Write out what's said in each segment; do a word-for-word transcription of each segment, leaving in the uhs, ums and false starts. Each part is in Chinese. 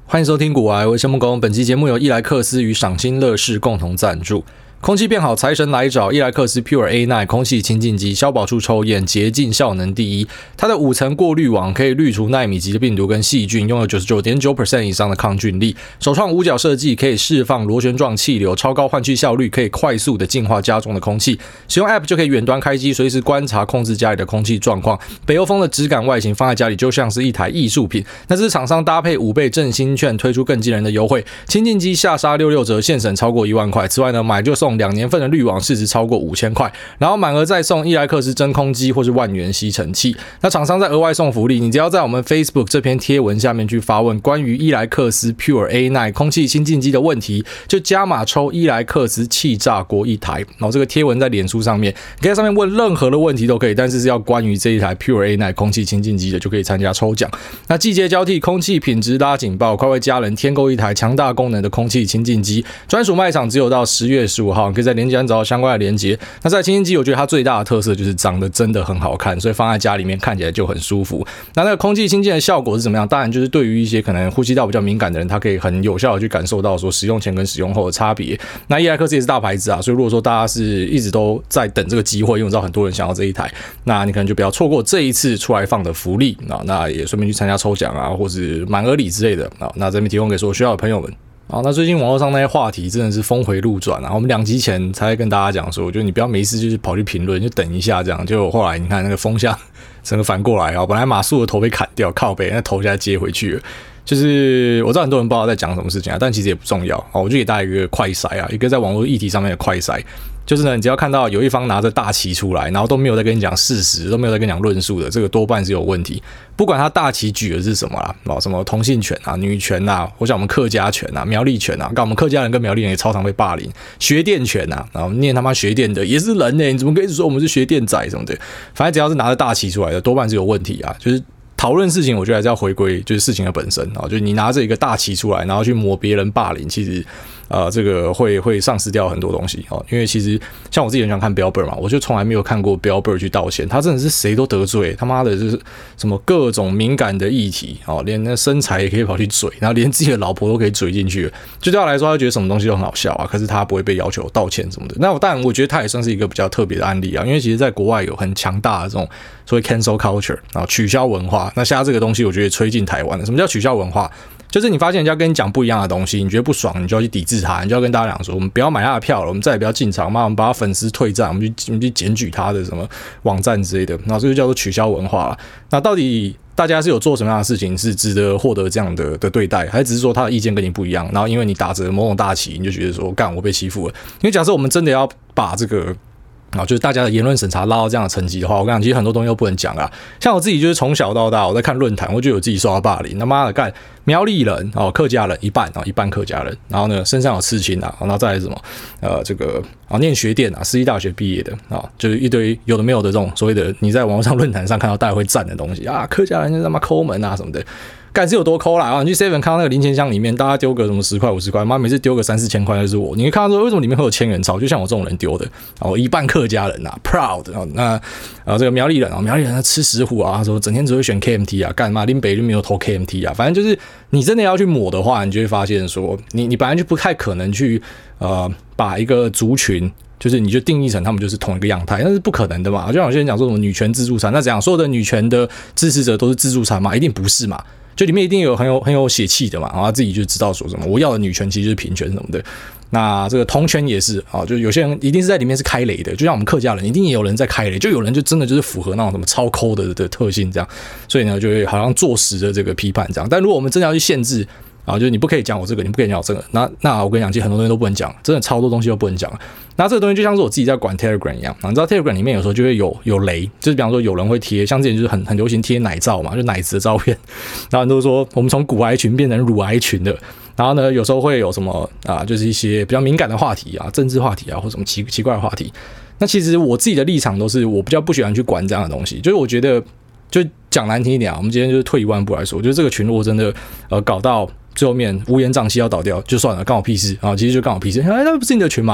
欢迎收听股癌，我是谢木工。本期节目由伊莱克斯与赏心乐事共同赞助。空气变好，财神来找！伊莱克斯 Pure A 九 空气清净机，消保处抽烟，洁净效能第一。它的五层过滤网可以滤除奈米级的病毒跟细菌，拥有 百分之九十九点九 以上的抗菌力。首创五角设计，可以释放螺旋状气流，超高换气效率，可以快速的净化家中的空气。使用 App 就可以远端开机，随时观察控制家里的空气状况。北欧风的质感外形放在家里就像是一台艺术品。那这是厂商搭配五倍振兴券推出更惊人的优惠，清净机下杀六六折，现省超过一万块。此外呢，买就送两年份的滤网，市值超过五千块，然后满额再送伊莱克斯真空机或是万元吸尘器。那厂商再额外送福利，你只要在我们 Facebook 这篇贴文下面去发问关于伊莱克斯 Pure A 九 空气清净机的问题，就加码抽伊莱克斯气炸锅一台。然后这个贴文在脸书上面，你可以在上面问任何的问题都可以，但是是要关于这一台 Pure A 九 空气清净机的，就可以参加抽奖。那季节交替，空气品质拉警报，快为家人添购一台强大功能的空气清净机，专属卖场只有到十月十五号，你可以在链接上找到相关的连结。那在清净机，我觉得它最大的特色就是长得真的很好看，所以放在家里面看起来就很舒服。那那个空气清净的效果是怎么样？当然就是对于一些可能呼吸道比较敏感的人，他可以很有效的去感受到说使用前跟使用后的差别。那伊莱克斯也是大牌子啊，所以如果说大家是一直都在等这个机会，因为我知道很多人想要这一台，那你可能就不要错过这一次出来放的福利。那也顺便去参加抽奖啊，或是满额礼之类的。那这边提供给所有需要的朋友们。好，那最近网络上那些话题真的是峰回路转啊！我们两集前才跟大家讲说，我觉得你不要没事就是跑去评论，就等一下这样。结果后来你看那个风向整个反过来啊，本来马谡的头被砍掉，靠北，那头现在接回去了。就是我知道很多人不知道在讲什么事情啊，但其实也不重要。好，我就给大家一个快筛啊，一个在网络议题上面的快筛。就是呢，你只要看到有一方拿着大旗出来，然后都没有在跟你讲事实，都没有在跟你讲论述的，这个多半是有问题。不管他大旗举的是什么啦，什么同性权啊、女权啊，或像我们客家权啊、苗栗权啊，干我们客家人跟苗栗人也超常被霸凌。学电权啊，然后念他妈学电的也是人呢、欸，你怎么可以说我们是学电仔什么的？反正只要是拿着大旗出来的，多半是有问题啊，就是。讨论事情，我觉得还是要回归就是事情的本身啊，就是你拿着一个大旗出来，然后去抹别人霸凌，其实呃这个会会丧失掉很多东西哦。因为其实像我自己很喜欢看 Bill Burr 嘛，我就从来没有看过 Bill Burr 去道歉，他真的是谁都得罪，他妈的就是什么各种敏感的议题哦，连那身材也可以跑去嘴，然后连自己的老婆都可以嘴进去，就对他来说，他觉得什么东西都很好笑啊，可是他不会被要求道歉什么的。那我当然我觉得他也算是一个比较特别的案例啊，因为其实在国外有很强大的这种所谓 cancel culture 然后取消文化，那现在这个东西我觉得吹进台湾了。什么叫取消文化？就是你发现人家跟你讲不一样的东西，你觉得不爽，你就要去抵制他，你就要跟大家讲说，我们不要买他的票了，我们再也不要进场嘛，我们把他粉丝退战，我们去我们去检举他的什么网站之类的，然后这就叫做取消文化了。那到底大家是有做什么样的事情是值得获得这样的的对待，还是只是说他的意见跟你不一样，然后因为你打着某种大旗，你就觉得说干我被欺负了？因为假设我们真的要把这个。啊，就是大家的言论审查拉到这样的层级的话，我跟你讲，其实很多东西都不能讲啊。像我自己就是从小到大，我在看论坛，我就有自己受到霸凌。他妈的干苗栗人哦，客家人一半啊，一半客家人，然后呢身上有刺青啊，然后再来是什么呃这个啊念学电啊，私立大学毕业的啊，就是一堆有的没有的这种所谓的你在网络上论坛上看到大家会赞的东西啊，客家人就他妈抠门啊什么的。干是有多抠啦啊！你去 seven 看到那个零钱箱里面，大家丢个什么十块五十块，妈每次丢个三四千块就是我。你会看到说为什么里面会有千元钞，就像我这种人丢的哦，一半客家人呐 ，proud 哦，那啊这个苗栗人啊，苗栗人吃石虎啊，说整天只会选 K M T 啊，干嘛林北就没有投 K M T 啊，反正就是你真的要去抹的话，你就会发现说，你你本来就不太可能去呃把一个族群。就是你就定义成他们就是同一个样态，那是不可能的嘛。就像有些人讲说什么女权自助餐，那怎样？所有的女权的支持者都是自助餐嘛？一定不是嘛。就里面一定有很有很有血气的嘛，然后他自己就知道说什么，我要的女权其实就是平权什么的。那这个同权也是啊，就有些人一定是在里面是开雷的，就像我们客家人，一定也有人在开雷，就有人就真的就是符合那种什么超抠的的特性这样，所以呢，就会好像坐实的这个批判这样。但如果我们真的要去限制。啊，就是你不可以讲我这个，你不可以讲我这个，那那我跟你讲，其实很多东西都不能讲，真的超多东西都不能讲。那这个东西就像是我自己在管 Telegram 一样，你知道 Telegram 里面有时候就会有有雷，就是比方说有人会贴，像之前就是很很流行贴奶照嘛，就奶子的照片，然后很多说我们从骨癌群变成乳癌群的，然后呢有时候会有什么啊，就是一些比较敏感的话题啊，政治话题啊，或什么奇奇怪的话题。那其实我自己的立场都是，我比较不喜欢去管这样的东西，就是我觉得就讲难听一点啊，我们今天就是退一万步来说，我觉得这个群落真的呃搞到。最后面乌烟瘴气要倒掉就算了，干我屁事啊！其实就干我屁事，哎，那不是你的群吗？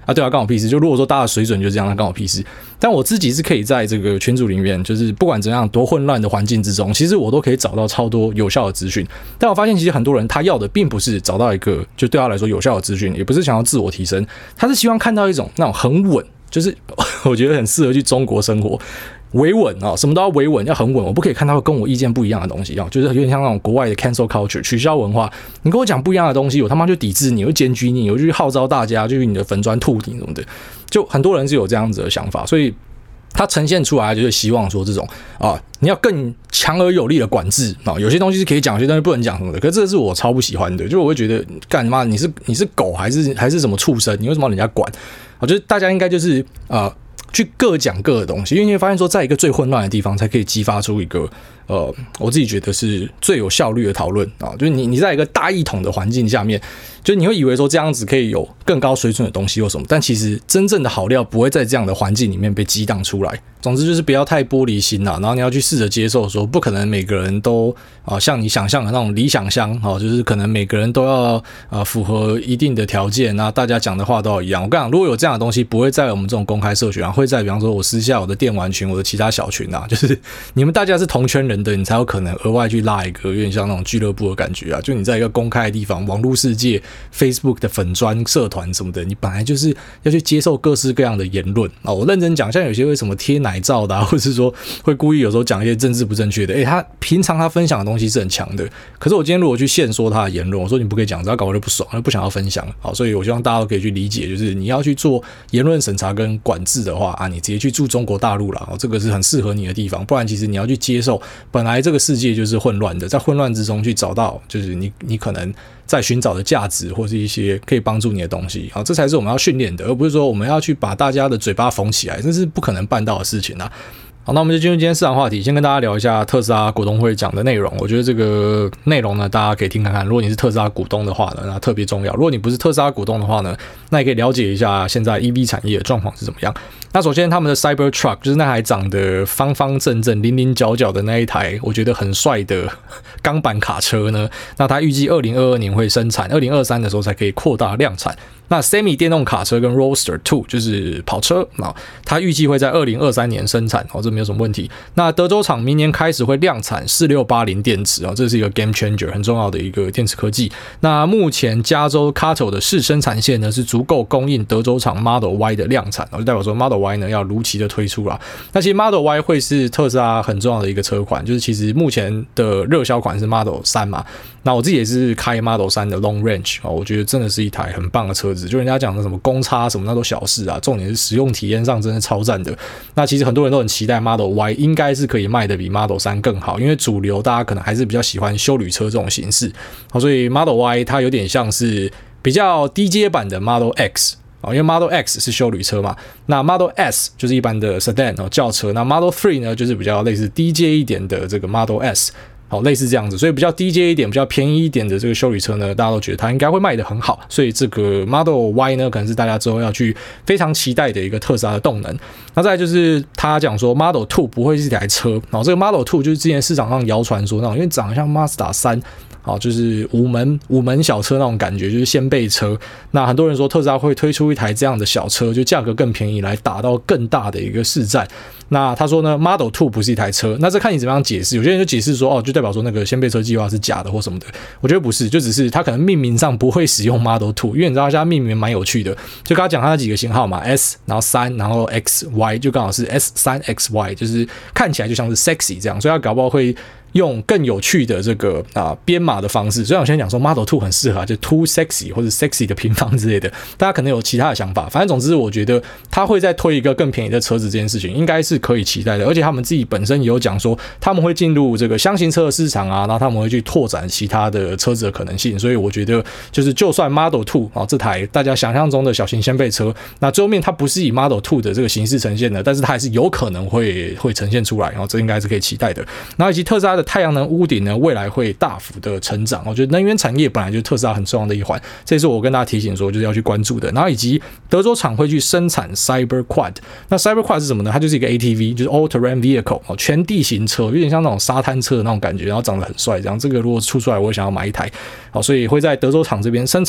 啊，对啊，干我屁事。就如果说大家的水准就这样，那干我屁事。但我自己是可以在这个群组里面，就是不管怎样多混乱的环境之中，其实我都可以找到超多有效的资讯。但我发现其实很多人他要的并不是找到一个就对他来说有效的资讯，也不是想要自我提升，他是希望看到一种那种很稳，就是我觉得很适合去中国生活。维稳啊，什么都要维稳，要很稳。我不可以看到跟我意见不一样的东西啊，就是有点像那种国外的 cancel culture 取消文化。你跟我讲不一样的东西，我他妈就抵制你，我就检举你，我就去号召大家，就是你的粉专吐你什么的。就很多人是有这样子的想法，所以他呈现出来就是希望说这种啊，你要更强而有力的管制啊，有些东西是可以讲，有些东西不能讲什么的。可是这是我超不喜欢的，就我会觉得干嘛你是你是狗还是还是什么畜生？你为什么要人家管？我觉得大家应该就是啊。去各讲各的东西，因为你会发现说，在一个最混乱的地方，才可以激发出一个呃，我自己觉得是最有效率的讨论啊。就是你你在一个大一统的环境下面，就你会以为说这样子可以有更高水准的东西或什么，但其实真正的好料不会在这样的环境里面被激荡出来。总之就是不要太玻璃心啦，然后你要去试着接受说，不可能每个人都啊像你想象的那种理想乡啊，就是可能每个人都要啊符合一定的条件，那大家讲的话都要一样。我跟你讲，如果有这样的东西，不会在我们这种公开社群啊，会在比方说我私下我的电玩群、我的其他小群啊，就是你们大家是同圈人的，你才有可能额外去拉一个有点像那种俱乐部的感觉啊。就你在一个公开的地方，网络世界 ，Facebook 的粉专社团什么的，你本来就是要去接受各式各样的言论啊。我认真讲，像有些为什么贴奶照的、啊，或者是说会故意有时候讲一些政治不正确的，诶，他平常他分享的东西是很强的，可是我今天如果去限缩他的言论，我说你不可以讲，他搞我就不爽，他不想要分享。好，所以我希望大家都可以去理解，就是你要去做言论审查跟管制的话啊，你直接去住中国大陆啦，这个是很适合你的地方。不然其实你要去接受，本来这个世界就是混乱的，在混乱之中去找到，就是你你可能在寻找的价值或是一些可以帮助你的东西。好，这才是我们要训练的，而不是说我们要去把大家的嘴巴缝起来，这是不可能办到的事情啊。好，那我们就进入今天市场话题，先跟大家聊一下特斯拉股东会讲的内容。我觉得这个内容呢，大家可以听看看。如果你是特斯拉股东的话呢，那特别重要；如果你不是特斯拉股东的话呢，那也可以了解一下现在 E V 产业的状况是怎么样。那首先，他们的 Cybertruck 就是那台长得方方正正、零零角角的那一台，我觉得很帅的钢板卡车呢。那它预计二零二二年会生产，二零二三的时候才可以扩大量产。那 Semi 电动卡车跟 Roadster 二就是跑车，它预计会在二零二三年生产，这没有什么问题。那德州厂明年开始会量产四六八零电池，这是一个 game changer 很重要的一个电池科技。那目前加州 Cato 的市生产线呢是足够供应德州厂 Model Y 的量产，就代表说 Model Y 呢要如期的推出啦。那其实 Model Y 会是特斯拉很重要的一个车款，就是其实目前的热销款是 Model 三嘛。那我自己也是开 Model 三的 Long Range， 我觉得真的是一台很棒的车子，就人家讲的什么公差什么那都小事啊，重点是使用体验上真的超赞的。那其实很多人都很期待 Model Y 应该是可以卖的比 Model 三更好，因为主流大家可能还是比较喜欢休旅车这种形式，所以 Model Y 它有点像是比较低阶版的 Model X，因为 Model X 是休旅车嘛，那 Model S 就是一般的 Sedan 轿车，那 Model 三呢就是比较类似低阶一点的这个 Model S。好，类似这样子，所以比较低阶一点、比较便宜一点的这个休旅车呢，大家都觉得它应该会卖得很好，所以这个 Model Y 呢，可能是大家之后要去非常期待的一个特斯拉的动能。那再来就是他讲说 Model 二不会是一台车，然后这个 Model 二就是之前市场上谣传说那种，因为长得像 Mazda 三。好，就是五门五门小车那种感觉，就是掀背车。那很多人说特斯拉会推出一台这样的小车，就价格更便宜，来打到更大的一个市占。那他说呢 ，Model 二不是一台车，那这看你怎么样解释。有些人就解释说，哦，就代表说那个掀背车计划是假的或什么的。我觉得不是，就只是他可能命名上不会使用 Model 二，因为你知道他命名蛮有趣的，就跟他讲他那几个型号嘛 ，S， 然后三，然后 X Y， 就刚好是 S 三 X Y， 就是看起来就像是 sexy 这样，所以他搞不好会用更有趣的这个啊编码的方式。虽然我现在讲说 Model 二很适合，就 too sexy 或者 sexy 的平方之类的，大家可能有其他的想法。反正总之，我觉得他会再推一个更便宜的车子这件事情，应该是可以期待的。而且他们自己本身也有讲说，他们会进入这个箱型车的市场啊，然后他们会去拓展其他的车子的可能性。所以我觉得，就是就算 Model 二啊这台大家想象中的小型掀背车，那最后面它不是以 Model 二的这个形式呈现的，但是它还是有可能会会呈现出来，然后这应该是可以期待的。然后以及特斯拉的太阳能屋顶呢，未来会大幅的成长。我觉得能源产业本来就是特斯拉很重要的一环，这也是我跟大家提醒说就是要去关注的。然后以及德州厂会去生产 Cyberquad， 那 Cyberquad 是什么呢？它就是一个 A T V， 就是 All Terrain Vehicle， 全地形车，有点像那种沙滩车的那种感觉，然后长得很帅，这样这个如果出出来，我也想要买一台。好，所以会在德州厂这边生产。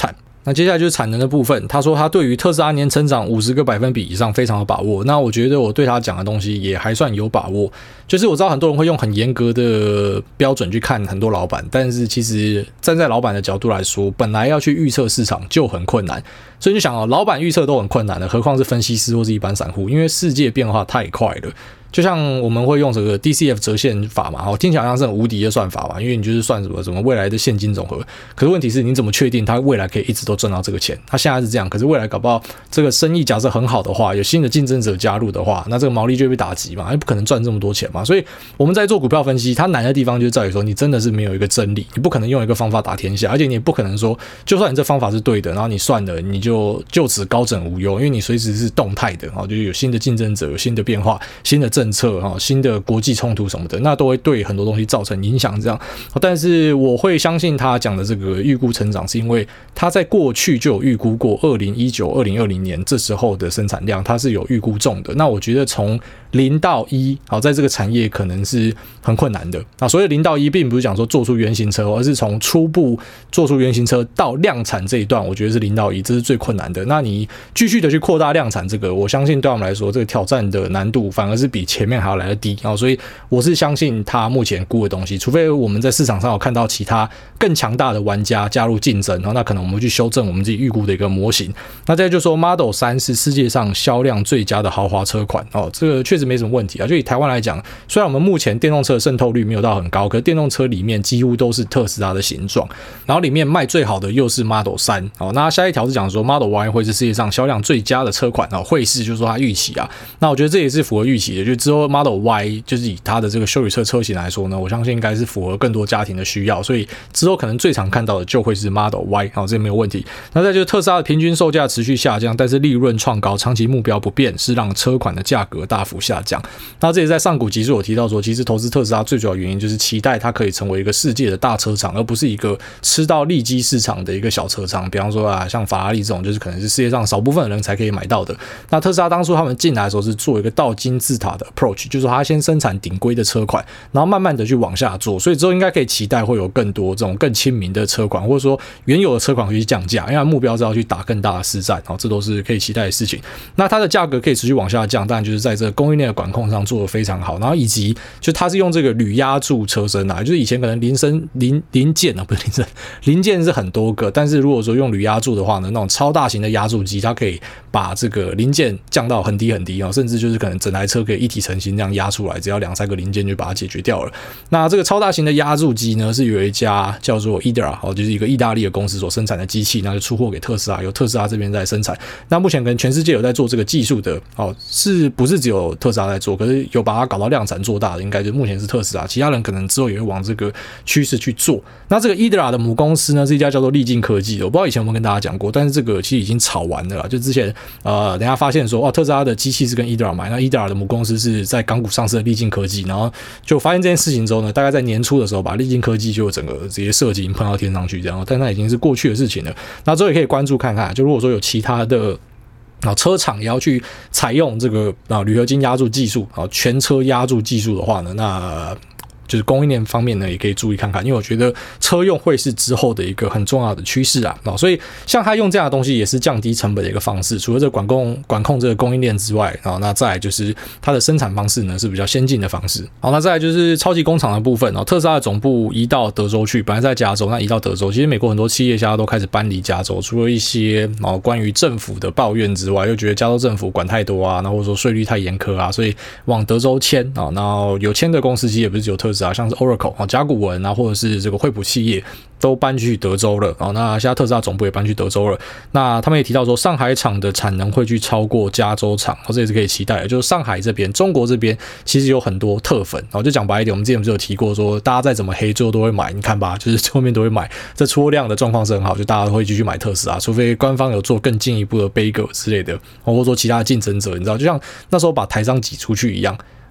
那接下来就是产能的部分，他说他对于特斯拉年成长五十个百分比以上非常有把握。那我觉得我对他讲的东西也还算有把握，就是我知道很多人会用很严格的标准去看很多老板，但是其实站在老板的角度来说，本来要去预测市场就很困难，所以就想哦，老板预测都很困难了，何况是分析师或是一般散户，因为世界变化太快了。就像我们会用这个 D C F 折现法嘛，听起来好像是很无敌的算法嘛，因为你就是算什么什么未来的现金总和。可是问题是你怎么确定它未来可以一直都赚到这个钱？它现在是这样，可是未来搞不好这个生意假设很好的话，有新的竞争者加入的话，那这个毛利就会被打击嘛，不可能赚这么多钱嘛。所以我们在做股票分析，它难的地方就在于说，你真的是没有一个真理，你不可能用一个方法打天下，而且你也不可能说，就算你这方法是对的，然后你算了，你就就此高枕无忧，因为你随时是动态的，就是有新的竞争者，有新的变化，新的政策，新的国际冲突什么的，那都会对很多东西造成影响。这样，但是我会相信他讲的这个预估成长，是因为他在过去就有预估过二零一九、二零二零年这时候的生产量，他是有预估中的。那我觉得从零到一，好，在这个产业可能是很困难的。那所以零到一并不是讲说做出原型车，而是从初步做出原型车到量产这一段，我觉得是零到一，这是最困难的。那你继续的去扩大量产，这个我相信对我们来说，这个挑战的难度反而是比前面还要来得低。所以我是相信他目前估的东西，除非我们在市场上有看到其他更强大的玩家加入竞争，那可能我们会去修正我们自己预估的一个模型。那再就说 Model 三是世界上销量最佳的豪华车款，哦，这个确实没什么问题啊。就以台湾来讲，虽然我们目前电动车的渗透率没有到很高，可是电动车里面几乎都是特斯拉的形状，然后里面卖最好的又是 Model 三。哦，那下一条是讲说 Model Y 会是世界上销量最佳的车款，哦，会是就是说它预期啊。那我觉得这也是符合预期的，就之后 Model Y 就是以它的这个休旅车车型来说呢，我相信应该是符合更多家庭的需要，所以之后可能最常看到的就会是 Model Y， 好，这没有问题。那再就是特斯拉的平均售价持续下降，但是利润创高，长期目标不变，是让车款的价格大幅下降。那这也在上古集数有提到说，其实投资特斯拉最主要原因就是期待它可以成为一个世界的大车厂，而不是一个吃到利基市场的一个小车厂。比方说啊，像法拉利这种，就是可能是世界上少部分的人才可以买到的。那特斯拉当初他们进来的时候是做一个倒金字塔的 approach， 就是说它先生产顶规的车款，然后慢慢的去往下做，所以之后应该可以期待会有更多这种更亲民的车款，或者说原有的车款会去降价，因为目标是要去打更大的市占，这都是可以期待的事情。那它的价格可以持续往下降，当然就是在这个供应链的管控上做得非常好，然后以及就它是用这个铝压铸车身啊，就是以前可能零身零零件啊，不是零身零件是很多个，但是如果说用铝压铸的话呢，那种超大型的压铸机，它可以把这个零件降到很低很低，甚至就是可能整台车可以一体成型这样压出来，只要两三个零件就把它解决掉了。那这个超大型的压铸机呢，是有一家叫做 E D R A， 就是一个意大利的公司所生产的机器，那就出货给特斯拉，由特斯拉这边在生产。那目前可能全世界有在做这个技术的，是不是只有特斯拉在做？可是有把它搞到量产做大的，应该就目前是特斯拉，其他人可能之后也会往这个趋势去做。那这个 E D R A 的母公司呢，是一家叫做力进科技的，我不知道以前有没有跟大家讲过，但是这个其实已经炒完了啦。就之前呃，等一下发现说，哦，特斯拉的机器是跟 E D R A 买，那 E D R A 的母公司是在港股上市的力进科技，然后就发现这件事情之后呢，大概在年初的时候，把力进科技就整个直接设计已经喷到天上去，这样，但那已经是过去的事情了。那之后也可以关注看看，就如果说有其他的。车厂也要去采用这个铝合金压铸技术，全车压铸技术的话呢，那就是供应链方面呢，也可以注意看看，因为我觉得车用会是之后的一个很重要的趋势啊。所以像他用这样的东西，也是降低成本的一个方式。除了这个管控管控这个供应链之外，那再来就是它的生产方式呢是比较先进的方式。好，那再来就是超级工厂的部分，特斯拉的总部移到德州去，本来在加州，那移到德州。其实美国很多企业家都开始搬离加州，除了一些关于政府的抱怨之外，又觉得加州政府管太多啊，或者说税率太严苛啊，所以往德州迁。然后有迁的公司其实也不是只有特斯拉，像是 Oracle 甲骨文啊，或者是这个惠普企业都搬去德州了。那现在特斯拉总部也搬去德州了。那他们也提到说，上海厂的产能会去超过加州厂，这也是可以期待的。就是上海这边，中国这边其实有很多特粉，就讲白一点，我们之前不是有提过说，大家再怎么黑，最后都会买。你看吧，就是后面都会买。这出货量的状况是很好，就大家会继续买特斯拉，除非官方有做更进一步的杯葛之类的，或者说其他的竞争者，你知道，就像那时候把台商挤出去一样。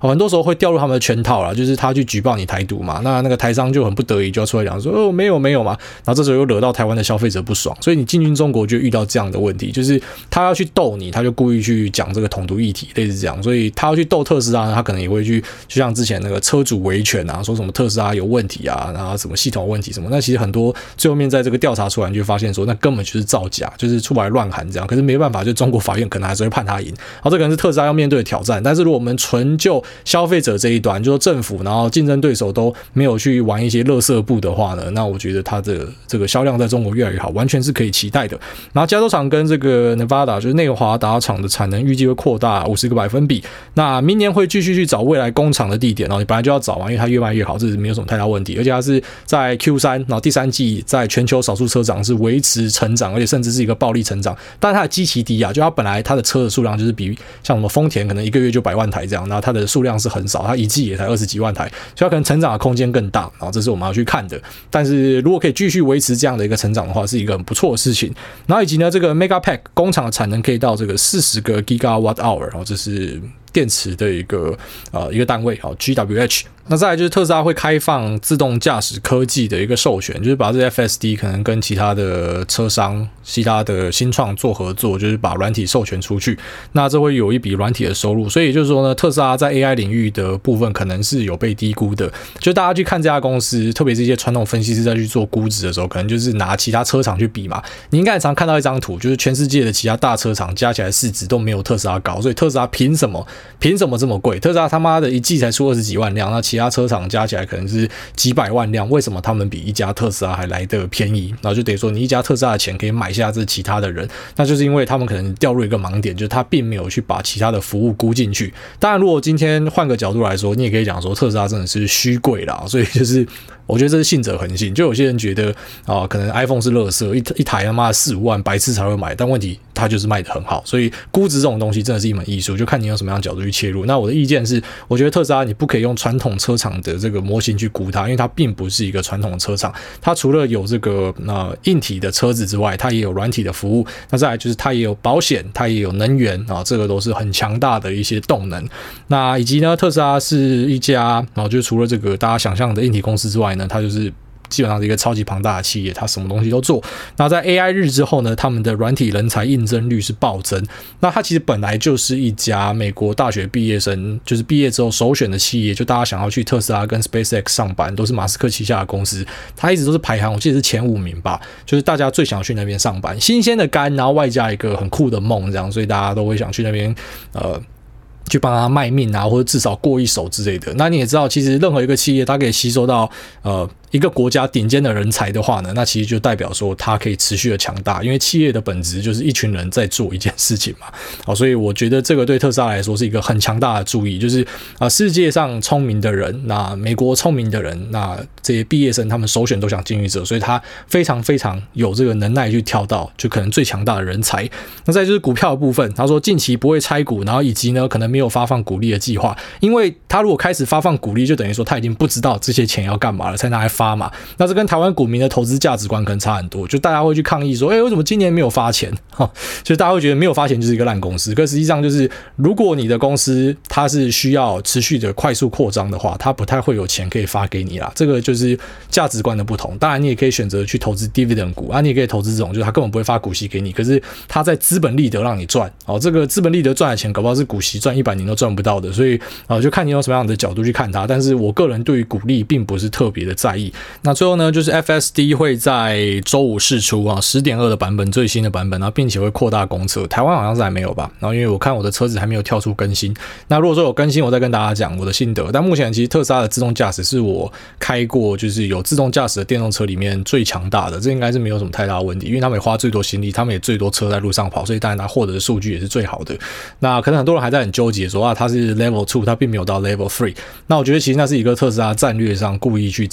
哦、很多时候会掉入他们的圈套啦，就是他去举报你台独嘛，那那个台商就很不得已就要出来讲说哦没有没有嘛，然后这时候又惹到台湾的消费者不爽，所以你进军中国就遇到这样的问题，就是他要去斗你，他就故意去讲这个统独议题，类似这样，所以他要去斗特斯拉呢，他可能也会去，就像之前那个车主维权啊，说什么特斯拉有问题啊，然后什么系统有问题什么，那其实很多最后面在这个调查出来，你就发现说那根本就是造假，就是出来乱喊这样，可是没办法，就中国法院可能还是会判他赢，然后这可能是特斯拉要面对的挑战。但是如果我们纯就消费者这一端，就是政府然后竞争对手都没有去玩一些垃圾布的话呢，那我觉得它的这个销量在中国越来越好，完全是可以期待的。然后加州厂跟这个 Nevada 就是内华达厂的产能预计会扩大五十个百分比，那明年会继续去找未来工厂的地点，然后你本来就要找嘛，因为它越卖越好，这是没有什么太大问题，而且它是在 Q 三， 然后第三季在全球少数车厂是维持成长，而且甚至是一个暴力成长，但是它的基期低啊，就它本来它的车的数量就是比像什么丰田可能一个月就百万台这样，然后它的数量是很少，它一季也才二十几万台，所以它可能成长的空间更大，然后这是我们要去看的。但是如果可以继续维持这样的一个成长的话，是一个很不错的事情。然后以及呢，这个 Megapack 工厂的产能可以到这个四十个 Gigawatt Hour， 然后这是电池的一个呃一个单位，好 G W H。那再来就是特斯拉会开放自动驾驶科技的一个授权，就是把这些 F S D 可能跟其他的车商、其他的新创做合作，就是把软体授权出去。那这会有一笔软体的收入，所以就是说呢，特斯拉在 A I 领域的部分可能是有被低估的。就大家去看这家公司，特别是一些传统分析师在去做估值的时候，可能就是拿其他车厂去比嘛。你应该也常看到一张图，就是全世界的其他大车厂加起来市值都没有特斯拉高，所以特斯拉凭什么？凭什么这么贵？特斯拉他妈的一季才出二十几万辆，那其他车厂加起来可能是几百万辆，为什么他们比一家特斯拉还来得便宜？然后就等于说你一家特斯拉的钱可以买下这其他的人，那就是因为他们可能掉入一个盲点，就是他并没有去把其他的服务估进去。当然如果今天换个角度来说，你也可以讲说特斯拉真的是虚贵啦，所以就是我觉得这是信者恒信，就有些人觉得啊、呃，可能 iPhone 是垃圾，一一台他妈四五万白痴才会买，但问题它就是卖得很好，所以估值这种东西真的是一门艺术，就看你用什么样的角度去切入。那我的意见是，我觉得特斯拉你不可以用传统车厂的这个模型去估它，因为它并不是一个传统的车厂，它除了有这个呃硬体的车子之外，它也有软体的服务，那再来就是它也有保险，它也有能源啊，这个都是很强大的一些动能。那以及呢，特斯拉是一家啊，就是除了这个大家想象的硬体公司之外呢，它就是基本上是一个超级庞大的企业，它什么东西都做。那在 A I 日之后呢，他们的软体人才应征率是暴增。那它其实本来就是一家美国大学毕业生，就是毕业之后首选的企业，就大家想要去特斯拉跟 SpaceX 上班，都是马斯克旗下的公司，它一直都是排行，我记得是前五名吧，就是大家最想要去那边上班，新鲜的肝，然后外加一个很酷的梦，这样，所以大家都会想去那边，呃。去帮他卖命啊，或者至少过一手之类的。那你也知道，其实任何一个企业，它可以吸收到呃一个国家顶尖的人才的话呢，那其实就代表说它可以持续的强大，因为企业的本质就是一群人在做一件事情嘛。好，所以我觉得这个对特斯拉来说是一个很强大的注意，就是啊、呃、世界上聪明的人，那美国聪明的人，那这些毕业生他们首选都想进去者，所以他非常非常有这个能耐去挑到就可能最强大的人才。那再就是股票的部分，他说近期不会拆股，然后以及呢可能没有发放股利的计划，因为他如果开始发放股利，就等于说他已经不知道这些钱要干嘛了，才拿来发嘛。那这跟台湾股民的投资价值观可能差很多，就大家会去抗议说，哎、欸，为什么今年没有发钱？哈，就大家会觉得没有发钱就是一个烂公司。可实际上就是，如果你的公司它是需要持续的快速扩张的话，它不太会有钱可以发给你啦。这个就是价值观的不同。当然，你也可以选择去投资 dividend 股啊，你也可以投资这种，就是他根本不会发股息给你，可是他在资本利得让你赚。哦，这个资本利得赚的钱，搞不好是股息赚一百年都赚不到的，所以呃，就看你用什么样的角度去看它。但是我个人对于股利并不是特别的在意。那最后呢，就是 F S D 会在周五释出啊 十点二 的版本，最新的版本，然后并且会扩大公测。台湾好像是还没有吧？然后因为我看我的车子还没有跳出更新。那如果说有更新，我再跟大家讲我的心得。但目前其实特斯拉的自动驾驶是我开过就是有自动驾驶的电动车里面最强大的，这应该是没有什么太大的问题，因为他们也花最多心力，他们也最多车在路上跑，所以当然他获得的数据也是最好的。那可能很多人还在很纠结说啊，它是 level two， 它并没有到 level three。那我觉得其实那是一个特斯拉战略上故意去这样做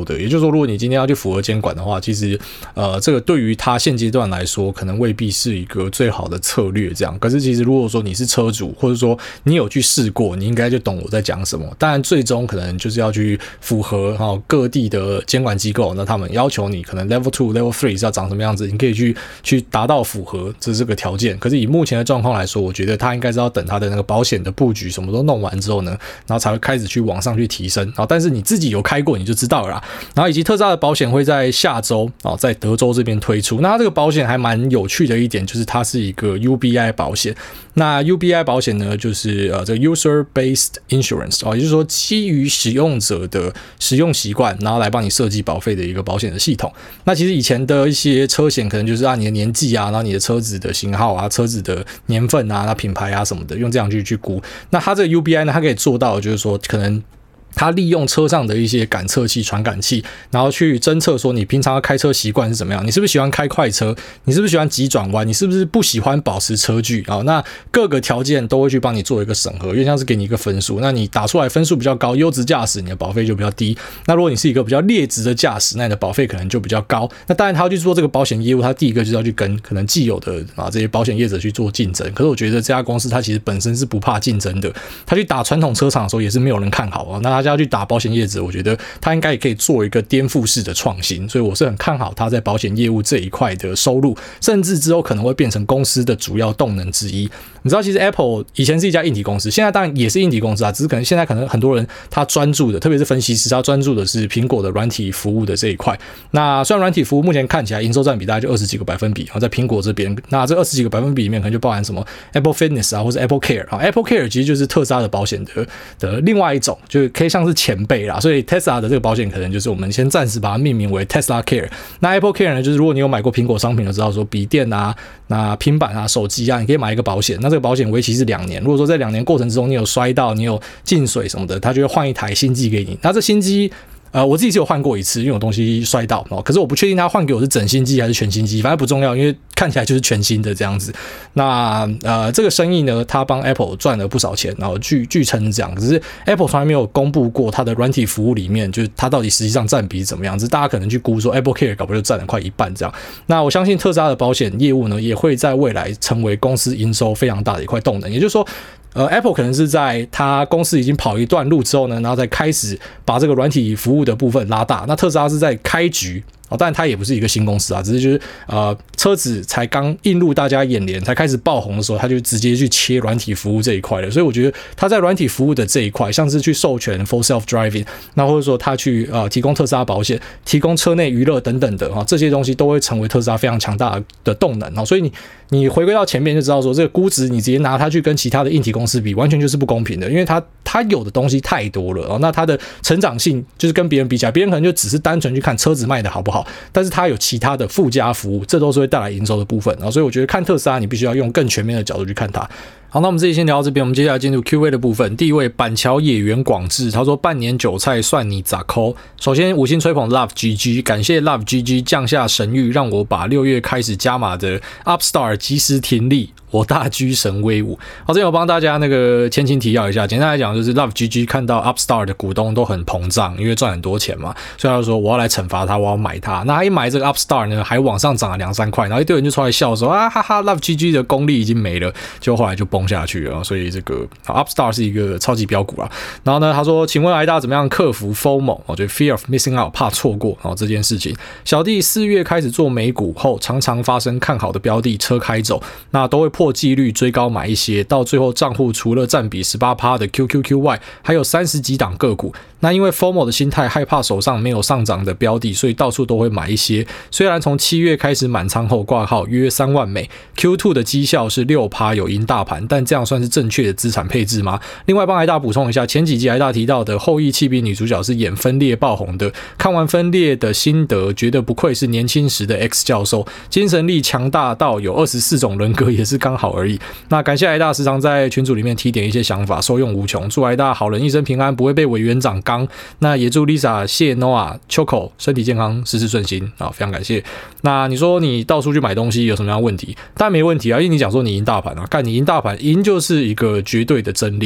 多的。也就是说，如果你今天要去符合监管的话，其实呃，这个对于它现阶段来说，可能未必是一个最好的策略。这样，可是其实如果说你是车主，或者说你有去试过，你应该就懂我在讲什么。当然，最终可能就是要去符合哈、哦、各地的监管机构，那他们要求你可能 level two、level three 是要长什么样子，你可以去去达到符合这这个条件。可是以目前的状况来说，我觉得他应该是要等他的那个保险的布局什么都弄完之后呢，然后才会开始去往上去提升。好，但是你自己有开过你就知道了啦。然后以及特斯拉的保险会在下周哦，在德州这边推出。那它这个保险还蛮有趣的一点就是它是一个 U B I 保险。那 U B I 保险呢，就是呃这个 User Based Insurance 哦，也就是说基于使用者的使用习惯，然后来帮你设计保费的一个保险的系统。那其实以前的一些车险可能就是按你的年纪啊，然后你的车子的型号啊、车子的年份啊、那品牌啊什么的，用这样去去估。那它这个 U B I 呢，它可以做到就是说可能它利用车上的一些感测器、传感器，然后去侦测说你平常的开车习惯是怎么样，你是不是喜欢开快车，你是不是喜欢急转弯，你是不是不喜欢保持车距啊？那各个条件都会去帮你做一个审核，因为像是给你一个分数，那你打出来分数比较高，优质驾驶，你的保费就比较低。那如果你是一个比较劣质的驾驶，那你的保费可能就比较高。那当然，他要去做这个保险业务，他第一个就是要去跟可能既有的啊这些保险业者去做竞争。可是我觉得这家公司它其实本身是不怕竞争的，他去打传统车厂的时候也是没有人看好啊。那他要去打保险业者，我觉得他应该也可以做一个颠覆式的创新，所以我是很看好他在保险业务这一块的收入，甚至之后可能会变成公司的主要动能之一。你知道，其实 Apple 以前是一家硬体公司，现在当然也是硬体公司啊，只是可能现在可能很多人他专注的，特别是分析师，他专注的是苹果的软体服务的这一块。那虽然软体服务目前看起来营收占比大概就二十几个百分比，在苹果这边，那这二十几个百分比里面可能就包含什么 Apple Fitness 啊，或者 Apple Care 啊 ，Apple Care 其实就是特斯拉的保险的的另外一种，就是可以像是前辈啦。所以 Tesla 的这个保险可能就是我们先暂时把它命名为 Tesla Care。那 Apple Care 呢，就是如果你有买过苹果商品，就知道说笔电啊、那平板啊、手机啊，你可以买一个保险。那这个保险为期是两年。如果说在两年过程之中你有摔到、你有进水什么的，它就会换一台新机给你。那这新机呃，我自己是有换过一次，因为我东西摔到，哦，可是我不确定他换给我是整新机还是全新机，反正不重要，因为看起来就是全新的这样子。那呃，这个生意呢，他帮 Apple 赚了不少钱，然后据据称这样，可是 Apple 从来没有公布过它的软体服务里面，就是它到底实际上占比是怎么样子，大家可能去估说 Apple Care 搞不好就占了快一半这样。那我相信特斯拉的保险业务呢，也会在未来成为公司营收非常大的一块动能，也就是说。呃 ，Apple 可能是在他公司已经跑一段路之后呢，然后再开始把这个软体服务的部分拉大。那特斯拉是在开局。哦，当然它也不是一个新公司啊，只是就是呃车子才刚映入大家眼帘，才开始爆红的时候，它就直接去切软体服务这一块了。所以我觉得它在软体服务的这一块，像是去授权 Full Self Driving， 那或者说它去呃提供特斯拉保险、提供车内娱乐等等的哈，这些东西都会成为特斯拉非常强大的动能啊。所以你你回归到前面就知道说，这个估值你直接拿它去跟其他的硬体公司比，完全就是不公平的，因为它它有的东西太多了哦。那它的成长性就是跟别人比起来，别人可能就只是单纯去看车子卖的好不好。但是它有其他的附加服务，这都是会带来营收的部分，所以我觉得看特斯拉，你必须要用更全面的角度去看它。好，那我们这里先聊到这边，我们接下来进入 Q A 的部分。第一位板桥野原广志，他说半年韭菜算你咋抠？首先五星吹捧 Love G G， 感谢 Love G G 降下神谕，让我把六月开始加码的 Upstart 及时停利。我大居神威武。好，这边我帮大家那个前情提要一下，简单来讲就是 Love G G 看到 Upstart 的股东都很膨胀，因为赚很多钱嘛，所以他就说我要来惩罚他，我要买他。那他一买这个 Upstart 呢，还往上涨了两三块，然后一堆人就出来笑说啊哈哈 ，Love G G 的功力已经没了，就后来就崩下去了。所以这个 Upstart 是一个超级标股啦。然后呢，他说，请问艾大怎么样克服 FOMO？ 我觉得 Fear of Missing Out， 怕错过哦这件事情。小弟四月开始做美股后，常常发生看好的标的车开走，那都会破纪律追高买一些，到最后账户除了占比 百分之十八 的 Q Q Q Y， 还有三十几档个股。那因为 FOMO 的心态，害怕手上没有上涨的标的，所以到处都会买一些。虽然从七月开始满仓后挂号约三万美 ，Q 二 的绩效是 百分之六 有赢大盘，但这样算是正确的资产配置吗？另外帮艾大补充一下，前几集艾大提到的后羿弃兵女主角是演分裂爆红的，看完分裂的心得，觉得不愧是年轻时的 X 教授，精神力强大到有二十四种人格也是刚好而已。那感谢艾大时常在群组里面提点一些想法，受用无穷。祝艾大好人一生平安，不会被委员长刚。那也祝 Lisa、谢 Noah、Choco 身体健康，事事顺心啊，非常感谢。那你说你到处去买东西有什么样的问题？当然没问题啊，因为你讲说你赢大盘啊，干你赢大盘，赢就是一个绝对的真理。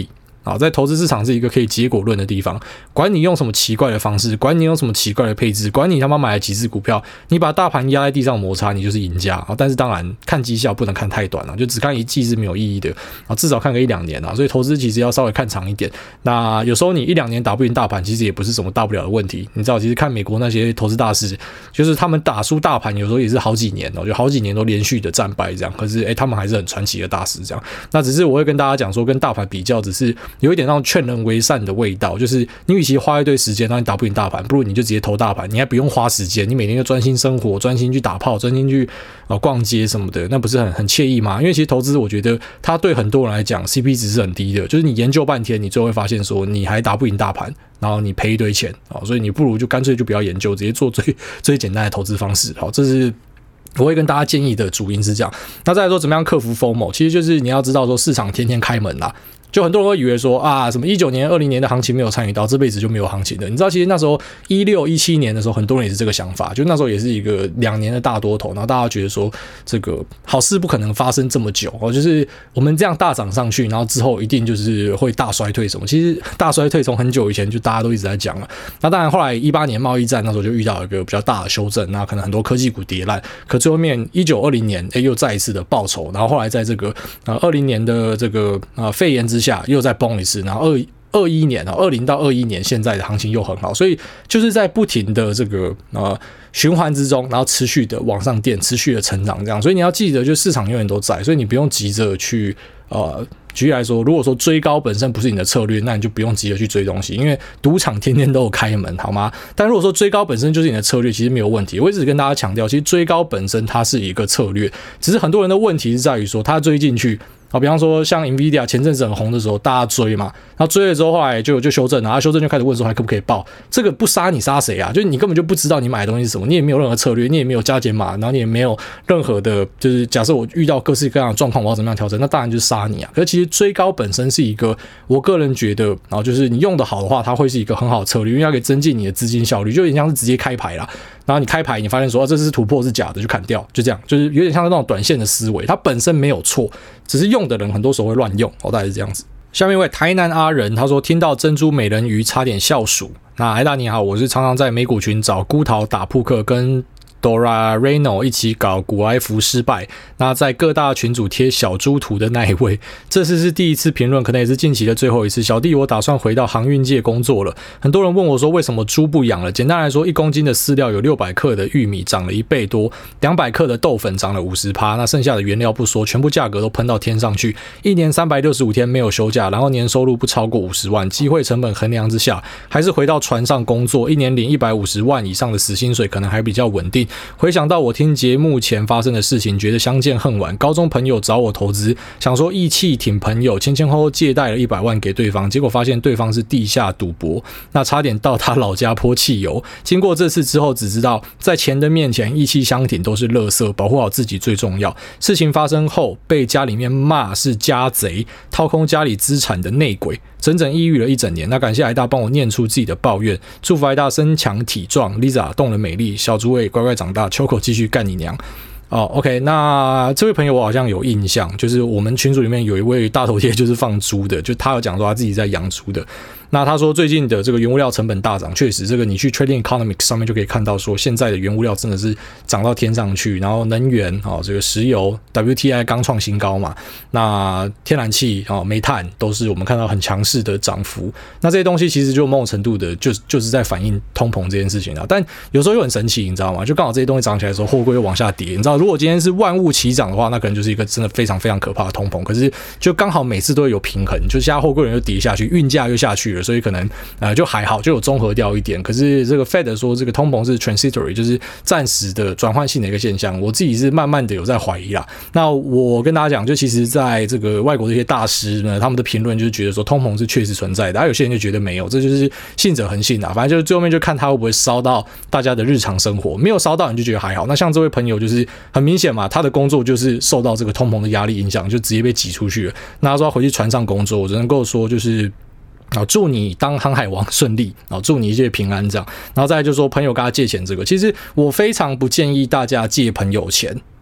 啊，在投资市场是一个可以结果论的地方，管你用什么奇怪的方式，管你用什么奇怪的配置，管你他妈买了几只股票，你把大盘压在地上摩擦，你就是赢家啊！但是当然看绩效不能看太短了，就只看一季是没有意义的啊，至少看个一两年啊。所以投资其实要稍微看长一点。那有时候你一两年打不赢大盘，其实也不是什么大不了的问题。你知道，其实看美国那些投资大师，就是他们打输大盘，有时候也是好几年哦，就好几年都连续的战败这样。可是哎，他们还是很传奇的大师这样。那只是我会跟大家讲说，跟大盘比较，只是有一点让劝人为善的味道，就是你与其花一堆时间让你打不赢大盘，不如你就直接投大盘，你还不用花时间，你每天就专心生活，专心去打炮，专心去、呃、逛街什么的，那不是很很惬意吗？因为其实投资我觉得它对很多人来讲 C P 值是很低的，就是你研究半天，你最后会发现说你还打不赢大盘，然后你赔一堆钱、哦、所以你不如就干脆就不要研究，直接做最最简单的投资方式。好，这是我会跟大家建议的主因是这样。那再来说怎么样克服 FOMO， 其实就是你要知道说市场天天开门啦。就很多人会以为说啊，什么一九年、二零年的行情没有参与到，这辈子就没有行情的。你知道，其实那时候一六、一七年的时候，很多人也是这个想法。就那时候也是一个两年的大多头，然后大家觉得说，这个好事不可能发生这么久哦，就是我们这样大涨上去，然后之后一定就是会大衰退什么。其实大衰退从很久以前就大家都一直在讲了。那当然，后来一八年贸易战那时候就遇到一个比较大的修正，那可能很多科技股跌烂，可最后面一九二零年哎又再一次的报仇，然后后来在这个呃二零年的这个呃肺炎之下又再崩一次，然后二二一年二零到二一年现在的行情又很好，所以就是在不停的这个呃循环之中，然后持续的往上垫，持续的成长这样。所以你要记得，就市场永远都在，所以你不用急着去呃。举例来说，如果说追高本身不是你的策略，那你就不用急着去追东西，因为赌场天天都有开门，好吗？但如果说追高本身就是你的策略，其实没有问题。我一直跟大家强调，其实追高本身它是一个策略，只是很多人的问题是在于说，他追进去。好，比方说像 Nvidia 前阵子很红的时候，大家追嘛，然后追了之后，后来就就修正了，然后修正就开始问说还可不可以报？这个不杀你杀谁啊？就是你根本就不知道你买的东西是什么，你也没有任何策略，你也没有加减码，然后你也没有任何的，就是假设我遇到各式各样的状况，我要怎么样调整？那当然就是杀你啊！可是其实追高本身是一个，我个人觉得，然后就是你用的好的话，它会是一个很好的策略，因为它可以增进你的资金效率，就有点像是直接开牌啦。然后你开牌，你发现说、哦、这是突破是假的，就砍掉，就这样，就是有点像那种短线的思维，它本身没有错，只是用的人很多时候会乱用，哦，大概是这样子。下面一位台南阿仁，他说听到珍珠美人鱼差点笑鼠。那艾大你好，我是常常在美股群找孤桃打扑克跟Dora Reno 一起搞古埃弗失败，那在各大群组贴小猪图的那一位，这次是第一次评论，可能也是近期的最后一次。小弟我打算回到航运界工作了，很多人问我说为什么猪不养了？简单来说，一公斤的饲料有六百克的玉米涨了一倍多，两百克的豆粉涨了 百分之五十， 那剩下的原料不说，全部价格都喷到天上去，一年三百六十五天没有休假，然后年收入不超过五十万，机会成本衡量之下，还是回到船上工作，一年领一百五十万以上的死薪水，可能还比较稳定。回想到我听节目前发生的事情，觉得相见恨晚。高中朋友找我投资，想说义气挺朋友，前前后后借贷了一百万给对方，结果发现对方是地下赌博，那差点到他老家泼汽油。经过这次之后，只知道在钱的面前，义气相挺都是垃圾，保护好自己最重要。事情发生后，被家里面骂是家贼，掏空家里资产的内鬼。整整抑郁了一整年，那感谢艾大帮我念出自己的抱怨，祝福艾大身强体壮 ，Lisa 动了美丽，小猪尾乖乖长大，秋口继续干你娘。哦 ，OK， 那这位朋友我好像有印象，就是我们群组里面有一位大头贴就是放猪的，就他有讲说他自己在养猪的。那他说最近的这个原物料成本大涨，确实这个你去 Trading Economics 上面就可以看到说现在的原物料真的是涨到天上去，然后能源哦，这个石油 W T I 刚创新高嘛，那天然气哦，煤炭都是我们看到很强势的涨幅。那这些东西其实就某种程度的就就是在反映通膨这件事情啊，但有时候又很神奇，你知道吗？就刚好这些东西涨起来的时候，货柜又往下跌，你知道，如果今天是万物齐涨的话，那可能就是一个真的非常非常可怕的通膨。可是就刚好每次都会有平衡，就现在货柜人又跌下去，运价又下去了。所以可能呃就还好，就有综合掉一点。可是这个 Fed 说这个通膨是 transitory， 就是暂时的转换性的一个现象，我自己是慢慢的有在怀疑啦。那我跟大家讲，就其实在这个外国的一些大师呢，他们的评论就是觉得说通膨是确实存在的，而有些人就觉得没有，这就是信者恒信啦。反正就是最后面就看他会不会烧到大家的日常生活，没有烧到你就觉得还好。那像这位朋友就是很明显嘛，他的工作就是受到这个通膨的压力影响，就直接被挤出去了。那他说他回去船上工作，我只能够说就是祝你当航海王顺利，祝你一切平安这样。然后再来就是说朋友跟他借钱这个，其实我非常不建议大家借朋友钱。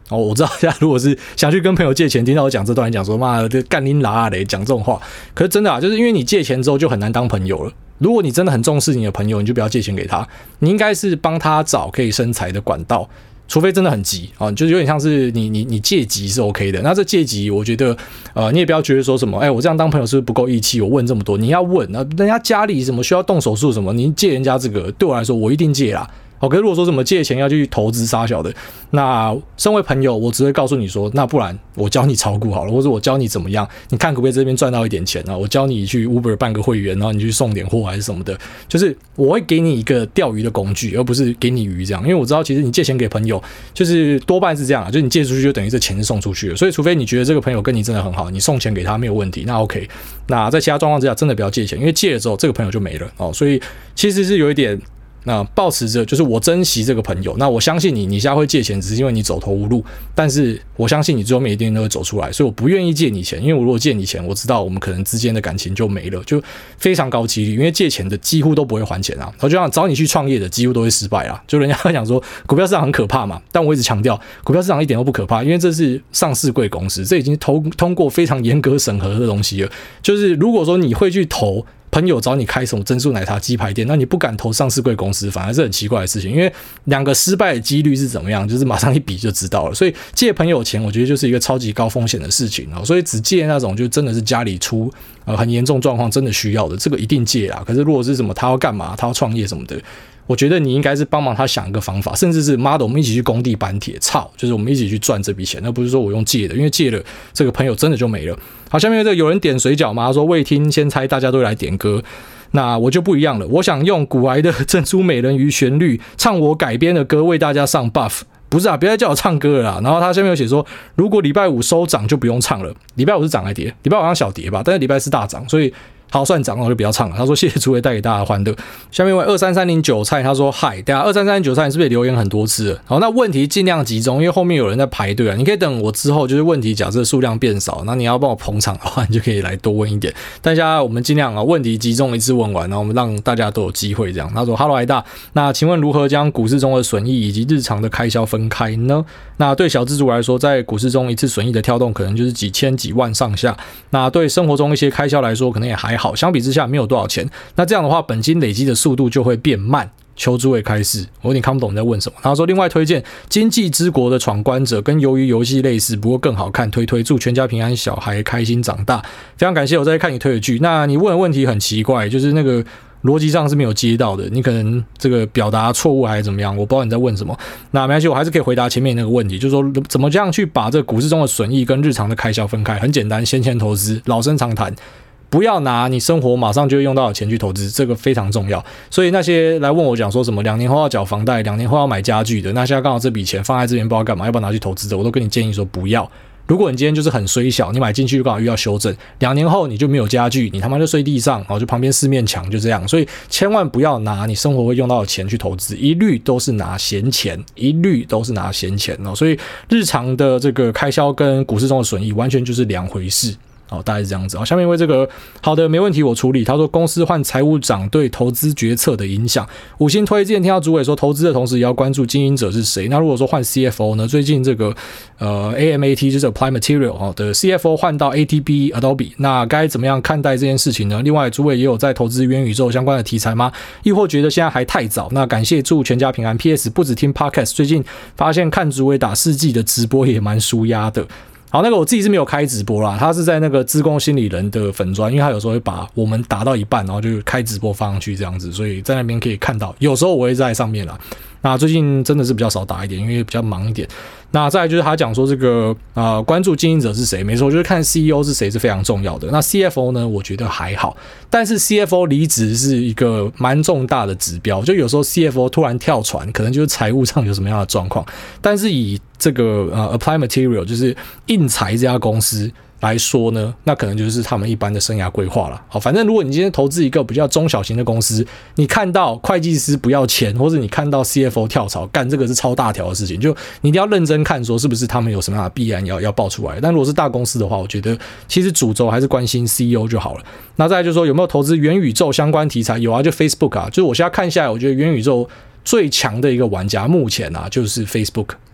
哦，我知道大家如果是想去跟朋友借钱，听到我讲这段讲说妈的干你拉嘞，讲这种话，可是真的啊，就是因为你借钱之后就很难当朋友了。如果你真的很重视你的朋友，你就不要借钱给他，你应该是帮他找可以生财的管道。除非真的很急啊，就是有点像是你你你借急是 OK 的。那这借急，我觉得呃，你也不要觉得说什么，哎、欸，我这样当朋友是不是不够义气？我问这么多，你要问那人家家里什么需要动手术什么，你借人家这个，对我来说我一定借啦。哦，可是如果说什么借钱要去投资杀小的，那身为朋友，我只会告诉你说，那不然我教你炒股好了，或者我教你怎么样，你看可不可以这边赚到一点钱啊？我教你去 Uber 办个会员，然后你去送点货还是什么的，就是我会给你一个钓鱼的工具，而不是给你鱼这样，因为我知道其实你借钱给朋友，就是多半是这样啊，就是你借出去就等于这钱是送出去了，所以除非你觉得这个朋友跟你真的很好，你送钱给他没有问题，那 OK。那在其他状况之下，真的不要借钱，因为借了之后这个朋友就没了哦，所以其实是有一点。那抱持着就是我珍惜这个朋友，那我相信你，你现在会借钱，只是因为你走投无路，但是我相信你最后面一定都会走出来，所以我不愿意借你钱，因为我如果借你钱，我知道我们可能之间的感情就没了，就非常高几率，因为借钱的几乎都不会还钱啊，然后就像找你去创业的几乎都会失败啊，就人家会讲说股票市场很可怕嘛，但我一直强调股票市场一点都不可怕，因为这是上市柜公司，这已经通通过非常严格审核的东西了，就是如果说你会去投。朋友找你开什么珍珠奶茶鸡排店，那你不敢投上市柜公司，反而是很奇怪的事情，因为两个失败的几率是怎么样，就是马上一比就知道了。所以借朋友钱，我觉得就是一个超级高风险的事情哦。所以只借那种就真的是家里出呃很严重状况，真的需要的，这个一定借啦。可是如果是什么他要干嘛，他要创业什么的。我觉得你应该是帮忙他想一个方法，甚至是妈的，我们一起去工地搬铁，操，就是我们一起去赚这笔钱，而不是说我用借的，因为借了这个朋友真的就没了。好，下面这个有人点水饺嘛，他说未听先猜，大家都来点歌，那我就不一样了，我想用古癌的《珍珠美人鱼》旋律唱我改编的歌，为大家上 buff。不是啊，别再叫我唱歌了啦。然后他下面有写说，如果礼拜五收涨就不用唱了。礼拜五是涨还跌？礼拜五好像小跌吧，但是礼拜四大涨，所以。好，算涨了，我就不要唱了。他说：“谢谢诸位带给大家的欢乐。”下面一位二三三零韭菜，他说：“嗨，大家二三三零韭菜，你是不是也留言很多次了？好，那问题尽量集中，因为后面有人在排队啊。你可以等我之后，就是问题假设数量变少，那你要帮我捧场的话，你就可以来多问一点。但现在我们尽量啊，问题集中一次问完，然后我们让大家都有机会这样。”他说 ：“Hello， 艾大，那请问如何将股市中的损益以及日常的开销分开呢？那对小资族来说，在股市中一次损益的跳动可能就是几千几万上下。那对生活中一些开销来说，可能也还好。相比之下，没有多少钱，那这样的话，本金累积的速度就会变慢。求诸位开示，我有点看不懂你在问什么。他说，另外推荐《经济之国的闯关者》跟《鱿鱼游戏》类似，不过更好看，推推祝全家平安，小孩开心长大。非常感谢我在看你推的剧。那你问的问题很奇怪，就是那个逻辑上是没有接到的，你可能这个表达错误还是怎么样，我不知道你在问什么。那没关系，我还是可以回答前面那个问题，就是说怎么这样去把这个股市中的损益跟日常的开销分开。很简单，先前投资，老生常谈。不要拿你生活马上就会用到的钱去投资，这个非常重要。所以那些来问我讲说什么两年后要缴房贷，两年后要买家具的，那现在刚好这笔钱放在这边不知道干嘛，要不要拿去投资的，我都跟你建议说不要。如果你今天就是很衰小，你买进去就刚好遇到修正，两年后你就没有家具，你他妈就睡地上，然后就旁边四面墙就这样。所以千万不要拿你生活会用到的钱去投资，一律都是拿闲钱，一律都是拿闲钱哦。所以日常的这个开销跟股市中的损益完全就是两回事。好，大概是这样子。好，下面因为这个好的没问题，我处理。他说公司换财务长对投资决策的影响，五星推荐。听到主委说投资的同时也要关注经营者是谁。那如果说换 C F O 呢？最近这个呃 A M A T 就是 Apply Material 的 C F O 换到 A T B Adobe， 那该怎么样看待这件事情呢？另外，主委也有在投资元宇宙相关的题材吗？亦或觉得现在还太早？那感谢祝全家平安。P S 不只听 Podcast， 最近发现看主委打世纪的直播也蛮舒压的。好，那个我自己是没有开直播啦，他是在那个资工心理人的粉专，因为他有时候会把我们打到一半，然后就开直播放上去这样子，所以在那边可以看到，有时候我会在上面啦。那最近真的是比较少打一点，因为比较忙一点。那再来就是他讲说这个呃关注经营者是谁，没错，就是看 C E O 是谁是非常重要的。那 C F O 呢，我觉得还好，但是 C F O 离职是一个蛮重大的指标，就有时候 C F O 突然跳船，可能就是财务上有什么样的状况。但是以这个呃 Apply Material 就是印材这家公司来说呢，那可能就是他们一般的生涯规划了。好，反正如果你今天投资一个比较中小型的公司，你看到会计师不要钱，或者你看到 C F O 跳槽，干这个是超大条的事情，就你一定要认真看，说是不是他们有什么样的必然要要爆出来。但如果是大公司的话，我觉得其实主轴还是关心 C E O 就好了。那再来就是说有没有投资元宇宙相关题材？有啊，就 Facebook 啊，就是我现在看下来，我觉得元宇宙最强的一个玩家目前啊就是 Facebook。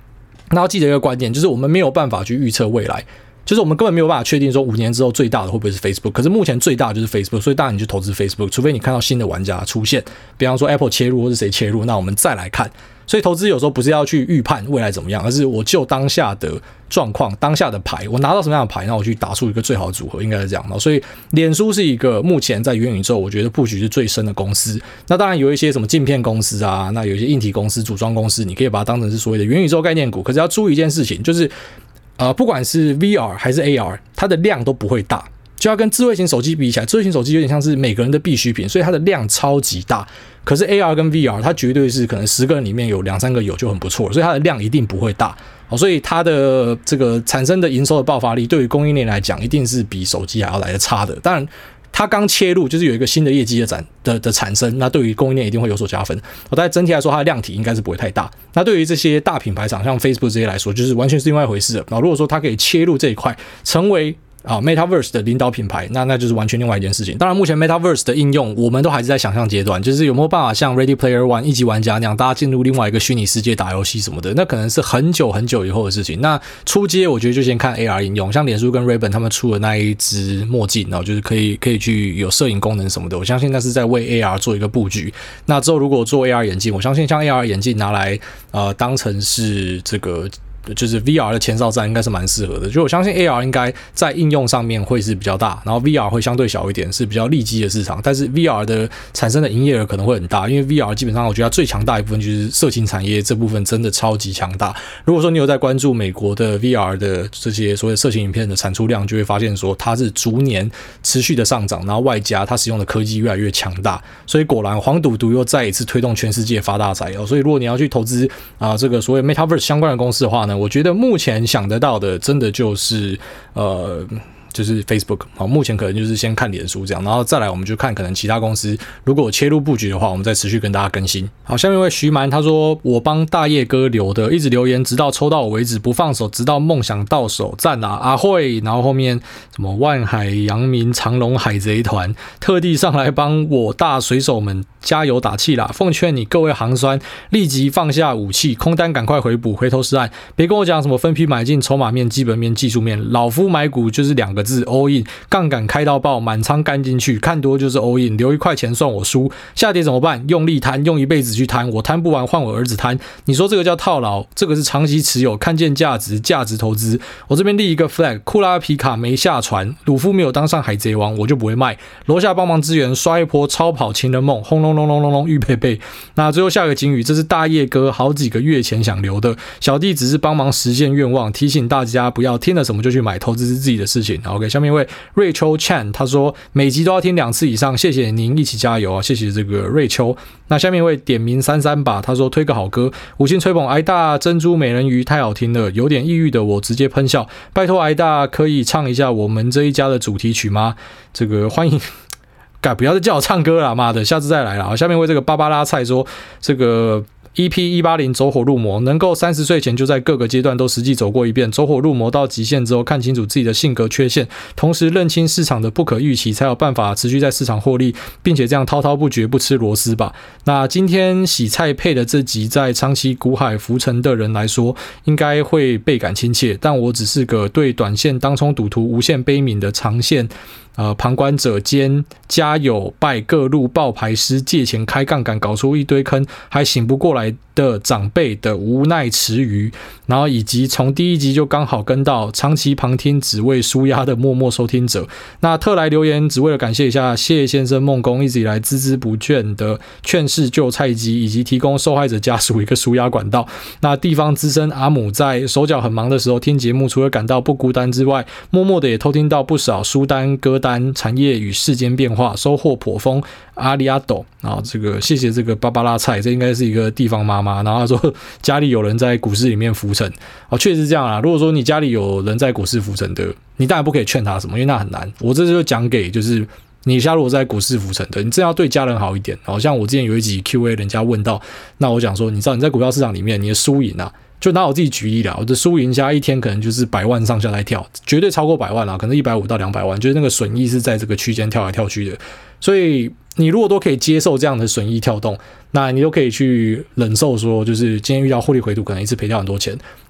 那要记得一个观点，就是我们没有办法去预测未来。就是我们根本没有办法确定说五年之后最大的会不会是 Facebook， 可是目前最大的就是 Facebook， 所以当然你就投资 Facebook， 除非你看到新的玩家出现，比方说 Apple 切入或是谁切入，那我们再来看。所以投资有时候不是要去预判未来怎么样，而是我就当下的状况、当下的牌，我拿到什么样的牌，那我去打出一个最好的组合，应该是这样。所以脸书是一个目前在元宇宙我觉得布局是最深的公司。那当然有一些什么镜片公司啊，那有一些硬体公司、组装公司，你可以把它当成是所谓的元宇宙概念股。可是要注意一件事情，就是呃，不管是 V R 还是 A R， 它的量都不会大，就要跟智慧型手机比起来，智慧型手机有点像是每个人的必需品，所以它的量超级大。可是 A R 跟 V R 它绝对是可能十个人里面有两三个有就很不错，所以它的量一定不会大。所以它的这个产生的营收的爆发力，对于供应链来讲，一定是比手机还要来的差的。当然，它刚切入就是有一个新的业绩的展 的, 的产生，那对于供应链一定会有所加分。但是整体来说，它的量体应该是不会太大。那对于这些大品牌厂，像 Facebook 这些来说，就是完全是另外一回事了。如果说它可以切入这一块，成为啊 Metaverse 的领导品牌，那那就是完全另外一件事情。当然，目前 Metaverse 的应用，我们都还是在想象阶段，就是有没有办法像 Ready Player One 一级玩家那样，大家进入另外一个虚拟世界打游戏什么的，那可能是很久很久以后的事情。那初阶，我觉得就先看 A R 应用，像脸书跟 Ray-Ban 他们出的那一只墨镜，然后就是可以可以去有摄影功能什么的，我相信那是在为 A R 做一个布局。那之后如果做 A R 眼镜，我相信像 A R 眼镜拿来呃当成是这个。就是 V R 的前哨战应该是蛮适合的，就我相信 A R 应该在应用上面会是比较大，然后 V R 会相对小一点，是比较利基的市场，但是 V R 的产生的营业额可能会很大，因为 V R 基本上我觉得它最强大一部分就是色情产业，这部分真的超级强大。如果说你有在关注美国的 V R 的这些所谓色情影片的产出量，就会发现说它是逐年持续的上涨，然后外加它使用的科技越来越强大，所以果然黄赌毒又再一次推动全世界发大财。所以如果你要去投资啊、呃、这个所谓 Metaverse 相关的公司的话呢，我觉得目前想得到的真的就是呃就是 Facebook 好，目前可能就是先看脸书这样，然后再来我们就看可能其他公司如果有切入布局的话，我们再持续跟大家更新。好，下面一位徐蛮他说我帮大叶哥留的，一直留言直到抽到我为止，不放手直到梦想到手，赞啊阿慧，然后后面什么万海阳明长隆海贼团特地上来帮我大水手们加油打气啦，奉劝你各位行酸立即放下武器，空单赶快回补，回头是岸，别跟我讲什么分批买进，筹码面基本面技术面，老夫买股就是两个字 all in， 杠杆开到爆，满仓干进去，看多就是 all in， 留一块钱算我输，下跌怎么办？用力摊，用一辈子去摊，我摊不完换我儿子摊，你说这个叫套牢，这个是长期持有，看见价值，价值投资。我这边立一个 flag， 库拉皮卡没下船，鲁夫没有当上海贼王，我就不会卖，楼下帮忙支援，刷一波超跑情人梦，轰隆隆隆隆隆，玉佩佩。那最后下个警语，这是大叶哥好几个月前想留的，小弟只是帮忙实现愿望，提醒大家不要听了什么就去买，投资是自己的事情。OK， 下面一位瑞秋 Chan 他说每集都要听两次以上，谢谢您，一起加油啊！谢谢这个瑞秋。那下面一位点名三三吧，他说推个好歌，五星吹捧挨大珍珠美人鱼太好听了，有点抑郁的我直接喷笑，拜托挨大可以唱一下我们这一家的主题曲吗？这个欢迎。改不要再叫我唱歌了，妈的，下次再来了。下面为这个芭芭拉菜说，这个 E P 一八零 走火入魔，能够三十岁前就在各个阶段都实际走过一遍，走火入魔到极限之后，看清楚自己的性格缺陷，同时认清市场的不可预期，才有办法持续在市场获利，并且这样滔滔不绝，不吃螺丝吧。那今天洗菜配的这集，在长期股海浮沉的人来说，应该会倍感亲切，但我只是个对短线当冲赌徒无限悲悯的长线呃，旁观者兼家友拜各路爆牌师借钱开杠杆搞出一堆坑还醒不过来的长辈的无奈池鱼，然后以及从第一集就刚好跟到长期旁听只为抒压的默默收听者。那特来留言只为了感谢一下谢先生梦工一直以来孜孜不倦的劝世救菜鸡，以及提供受害者家属一个抒压管道。那地方资深阿姆在手脚很忙的时候听节目，除了感到不孤单之外，默默的也偷听到不少书单歌单产业与世间变化，收获颇丰。阿里阿斗，然后这个谢谢这个芭芭拉菜，这应该是一个地方妈妈，然后他说家里有人在股市里面浮沉，哦，确实是这样啦。如果说你家里有人在股市浮沉的，你当然不可以劝他什么，因为那很难。我这就讲给就是你家如果在股市浮沉的，你真的要对家人好一点。好像我之前有一集 Q A， 人家问到，那我讲说，你知道你在股票市场里面你的输赢啊。就拿我自己举例啦，我的输赢下一天可能就是百万上下来跳，绝对超过百万啦，可能一百五到两百万，就是那个损益是在这个区间跳来跳去的。所以你如果都可以接受这样的损益跳动，那你都可以去忍受说，就是今天遇到获利回吐，可能一次赔掉很多钱。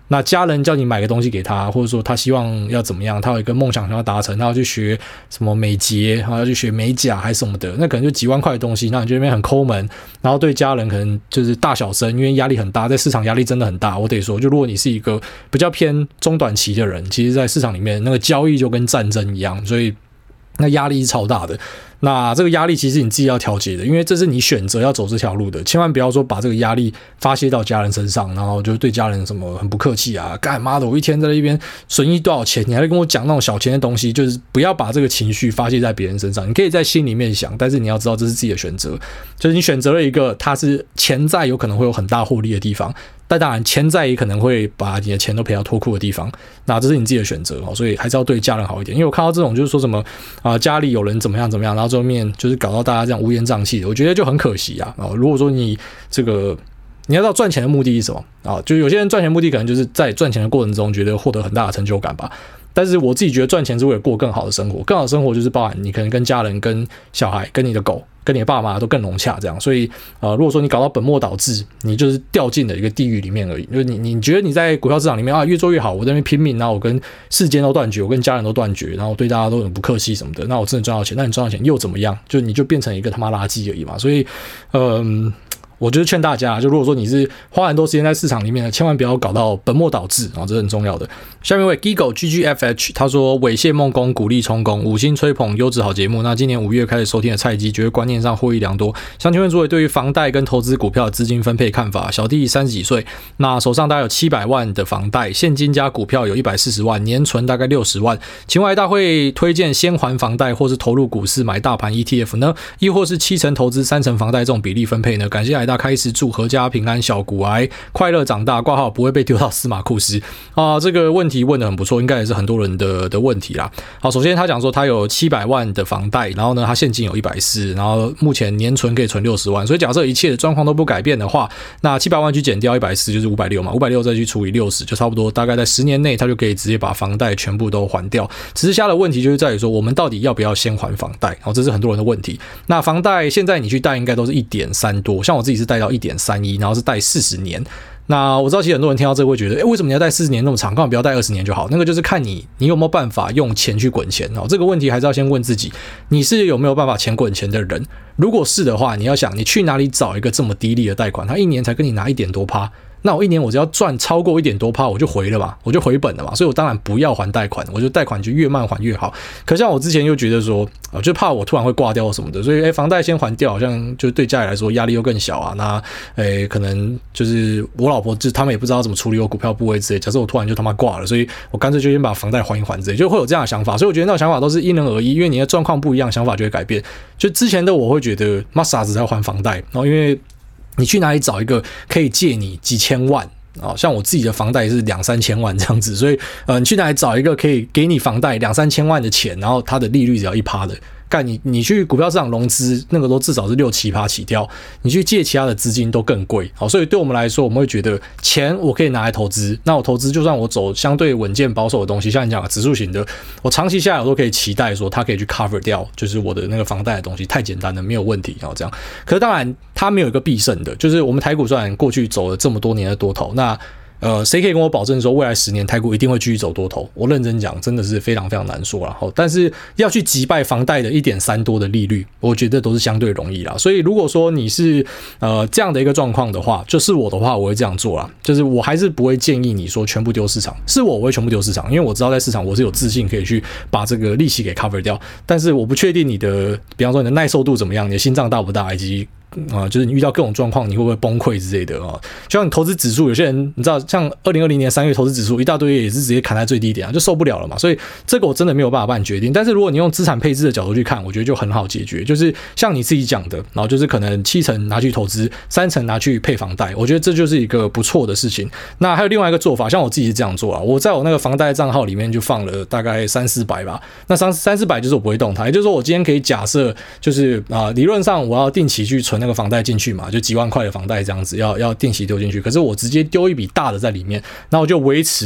那家人叫你买个东西给他，或者说他希望要怎么样，他有一个梦想想要达成，他要去学什么美睫，要去学美甲还是什么的，那可能就几万块的东西，那你就那边很抠门，然后对家人可能就是大小声，因为压力很大，在市场压力真的很大。我得说，就如果你是一个比较偏中短期的人，其实在市场里面那个交易就跟战争一样，所以那压力是超大的。那这个压力其实你自己要调节的，因为这是你选择要走这条路的，千万不要说把这个压力发泄到家人身上，然后就对家人什么很不客气啊，干妈的我一天在那边损益多少钱，你还在跟我讲那种小钱的东西，就是不要把这个情绪发泄在别人身上。你可以在心里面想，但是你要知道这是自己的选择，就是你选择了一个它是潜在有可能会有很大获利的地方，但当然潜在也可能会把你的钱都赔到脱裤的地方，那这是你自己的选择，所以还是要对家人好一点。因为我看到这种就是说什么啊、呃、家里有人怎么样怎么样，然后最后面就是搞到大家这样乌烟瘴气的，我觉得就很可惜啊。如果说你这个你要知道赚钱的目的是什么啊？就有些人赚钱目的可能就是在赚钱的过程中觉得获得很大的成就感吧。但是我自己觉得赚钱是为了过更好的生活，更好的生活就是包含你可能跟家人、跟小孩、跟你的狗、跟你的爸妈都更融洽这样。所以呃，如果说你搞到本末倒置，你就是掉进了一个地狱里面而已。就是你你觉得你在股票市场里面啊越做越好，我在那边拼命，然后我跟世间都断绝，我跟家人都断绝，然后我对大家都很不客气什么的，那我真的赚到钱，那你赚到钱又怎么样？就你就变成一个他妈垃圾而已嘛。所以嗯。我就是劝大家，就如果说你是花很多时间在市场里面的，千万不要搞到本末倒置啊，这是很重要的。下面一位 Gigo G G F H 他说猥亵梦工，鼓励充公，五星吹捧优质好节目。那今年五月开始收听的菜鸡，觉得观念上获益良多。想请问诸位对于房贷跟投资股票的资金分配看法？小弟三十几岁，那手上大概有七百万的房贷，现金加股票有一百四十万，年存大概六十万。请问大会推荐先还房贷，或是投入股市买大盘 E T F 呢？亦或是七成投资三成房贷这种比例分配呢？感谢大开始祝阖家平安，小股癌快乐长大，挂号不会被丢到司马库斯啊！这个问题问得很不错，应该也是很多人的的问题啦。好，首先他讲说他有七百万的房贷，然后呢他现金有一百四十，然后目前年存可以存六十万，所以假设一切的状况都不改变的话，那七百万去减掉一百四十就是五百六十嘛，五百六十再去除以六十，就差不多大概在十年内他就可以直接把房贷全部都还掉。只是下的问题就是在于说，我们到底要不要先还房贷？好，这是很多人的问题。那房贷现在你去贷应该都是 一点三 多，像我自己是贷到 一点三一，然后是贷四十年。那我知道其实很多人听到这个会觉得，诶，为什么你要贷四十年那么长，干嘛不要贷二十年就好？那个就是看你你有没有办法用钱去滚钱哦。这个问题还是要先问自己，你是有没有办法钱滚钱的人？如果是的话，你要想你去哪里找一个这么低利的贷款，他一年才跟你拿一点多趴。那我一年我只要赚超过一点多趴，我就回了嘛，我就回本了嘛，所以我当然不要还贷款，我就贷款就越慢还越好。可像我之前又觉得说，我就怕我突然会挂掉什么的，所以诶房贷先还掉，好像就对家里来说压力又更小啊。那诶可能就是我老婆就他们也不知道怎么处理我股票部位之类，假设我突然就他妈挂了，所以我干脆就先把房贷还一还之类，就会有这样的想法。所以我觉得那种想法都是因人而异，因为你的状况不一样，想法就会改变。就之前的我会觉得妈傻子才还房贷，然后因为你去哪里找一个可以借你几千万？哦，像我自己的房贷是两三千万这样子，所以呃，你去哪里找一个可以给你房贷两三千万的钱，然后它的利率只要一趴的，干你你去股票市场融资，那个都至少是六七趴起跳，你去借其他的资金都更贵。好，所以对我们来说，我们会觉得钱我可以拿来投资，那我投资就算我走相对稳健保守的东西，像你讲的指数型的，我长期下来我都可以期待说它可以去 cover 掉，就是我的那个房贷的东西，太简单了，没有问题。然后这样，可是当然它没有一个必胜的，就是我们台股虽然过去走了这么多年的多头，那呃，谁可以跟我保证说未来十年台股一定会继续走多头？我认真讲，真的是非常非常难说啦。但是要去击败房贷的 一点三 多的利率，我觉得都是相对容易啦。所以如果说你是呃这样的一个状况的话，就是我的话，我会这样做啦。就是我还是不会建议你说全部丢市场，是我我会全部丢市场，因为我知道在市场我是有自信可以去把这个利息给 cover 掉。但是我不确定你的，比方说你的耐受度怎么样，你的心脏大不大，以及啊、呃，就是你遇到各种状况，你会不会崩溃之类的啊？就像你投资指数，有些人你知道，像二零二零年三月投资指数一大堆也是直接砍在最低点啊，就受不了了嘛。所以这个我真的没有办法帮你决定。但是如果你用资产配置的角度去看，我觉得就很好解决。就是像你自己讲的，然后就是可能七成拿去投资，三成拿去配房贷，我觉得这就是一个不错的事情。那还有另外一个做法，像我自己是这样做啊，我在我那个房贷账号里面就放了大概三四百吧。那三三四百就是我不会动它，也就是说我今天可以假设，就是啊、呃，理论上我要定期去存那个房贷进去嘛，就几万块的房贷这样子，要要定期丢进去。可是我直接丢一笔大的在里面，那我就维持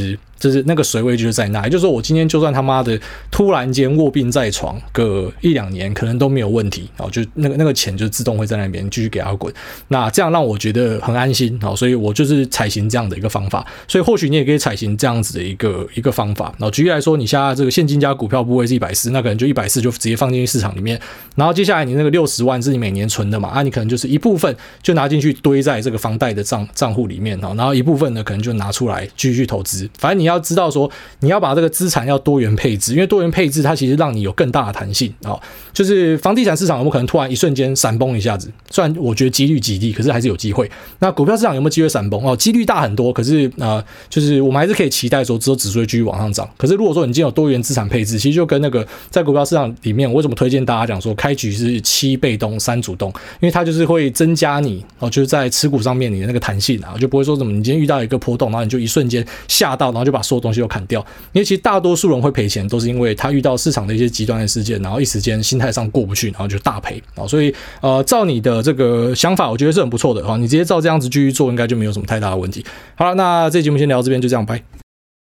就是那个水位就是在那，也就是说我今天就算他妈的突然间卧病在床个一两年，可能都没有问题，然后就那个那个钱就自动会在那边继续给他滚，那这样让我觉得很安心，好，所以我就是采行这样的一个方法，所以或许你也可以采行这样子的一个一个方法。然后举例来说，你现在这个现金加股票部位是一百四十，那可能就一百四十就直接放进去市场里面，然后接下来你那个六十万是你每年存的嘛，啊，你可能就是一部分就拿进去堆在这个房贷的账账户里面，然后一部分呢可能就拿出来继续投资。反正你要知道说，你要把这个资产要多元配置，因为多元配置它其实让你有更大的弹性，哦，就是房地产市场有没有可能突然一瞬间闪崩一下子？虽然我觉得几率极低，可是还是有机会。那股票市场有没有机会闪崩？哦，几率大很多，可是呃，就是我们还是可以期待说之后指数会继续往上涨。可是如果说你今天有多元资产配置，其实就跟那个在股票市场里面，我为什么推荐大家讲说开局是七被动三主动，因为它就是会增加你哦，就是在持股上面你的那个弹性啊，就不会说什么你今天遇到一个波动，然后你就一瞬间吓到，然后就把所有东西都砍掉。因为其实大多数人会赔钱，都是因为他遇到市场的一些极端的事件，然后一时间心态上过不去，然后就大赔。所以呃，照你的这个想法，我觉得是很不错的，你直接照这样子继续做，应该就没有什么太大的问题。好了，那这期节目先聊到这边，就这样，拜。